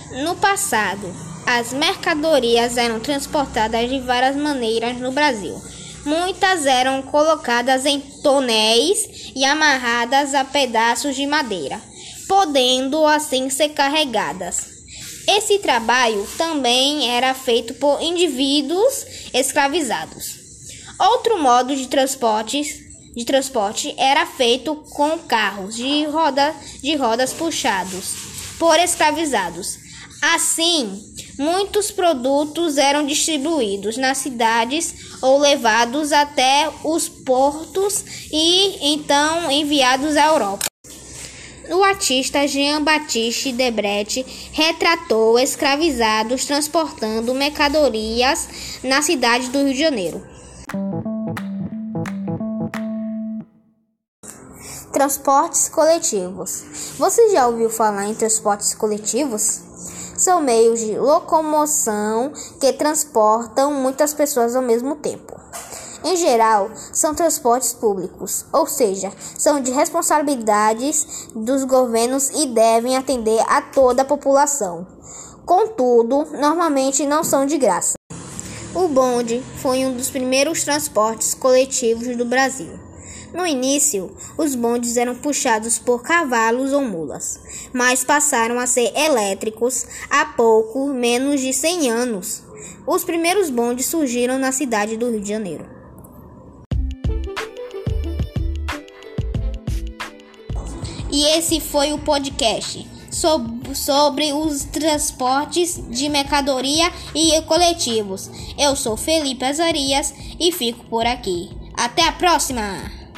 No passado, as mercadorias eram transportadas de várias maneiras no Brasil. Muitas eram colocadas em tonéis e amarradas a pedaços de madeira, podendo assim ser carregadas. Esse trabalho também era feito por indivíduos escravizados. Outro modo de transporte era feito com carros de rodas puxados por escravizados. Assim, muitos produtos eram distribuídos nas cidades ou levados até os portos e então enviados à Europa. O artista Jean-Baptiste Debret retratou escravizados transportando mercadorias na cidade do Rio de Janeiro. Transportes coletivos. Você já ouviu falar em transportes coletivos? São meios de locomoção que transportam muitas pessoas ao mesmo tempo. Em geral, são transportes públicos, ou seja, são de responsabilidades dos governos e devem atender a toda a população. Contudo, normalmente não são de graça. O bonde foi um dos primeiros transportes coletivos do Brasil. No início, os bondes eram puxados por cavalos ou mulas, mas passaram a ser elétricos há pouco menos de 100 anos. Os primeiros bondes surgiram na cidade do Rio de Janeiro. E esse foi o podcast sobre os transportes de mercadoria e coletivos. Eu sou Felipe Azarias e fico por aqui. Até a próxima!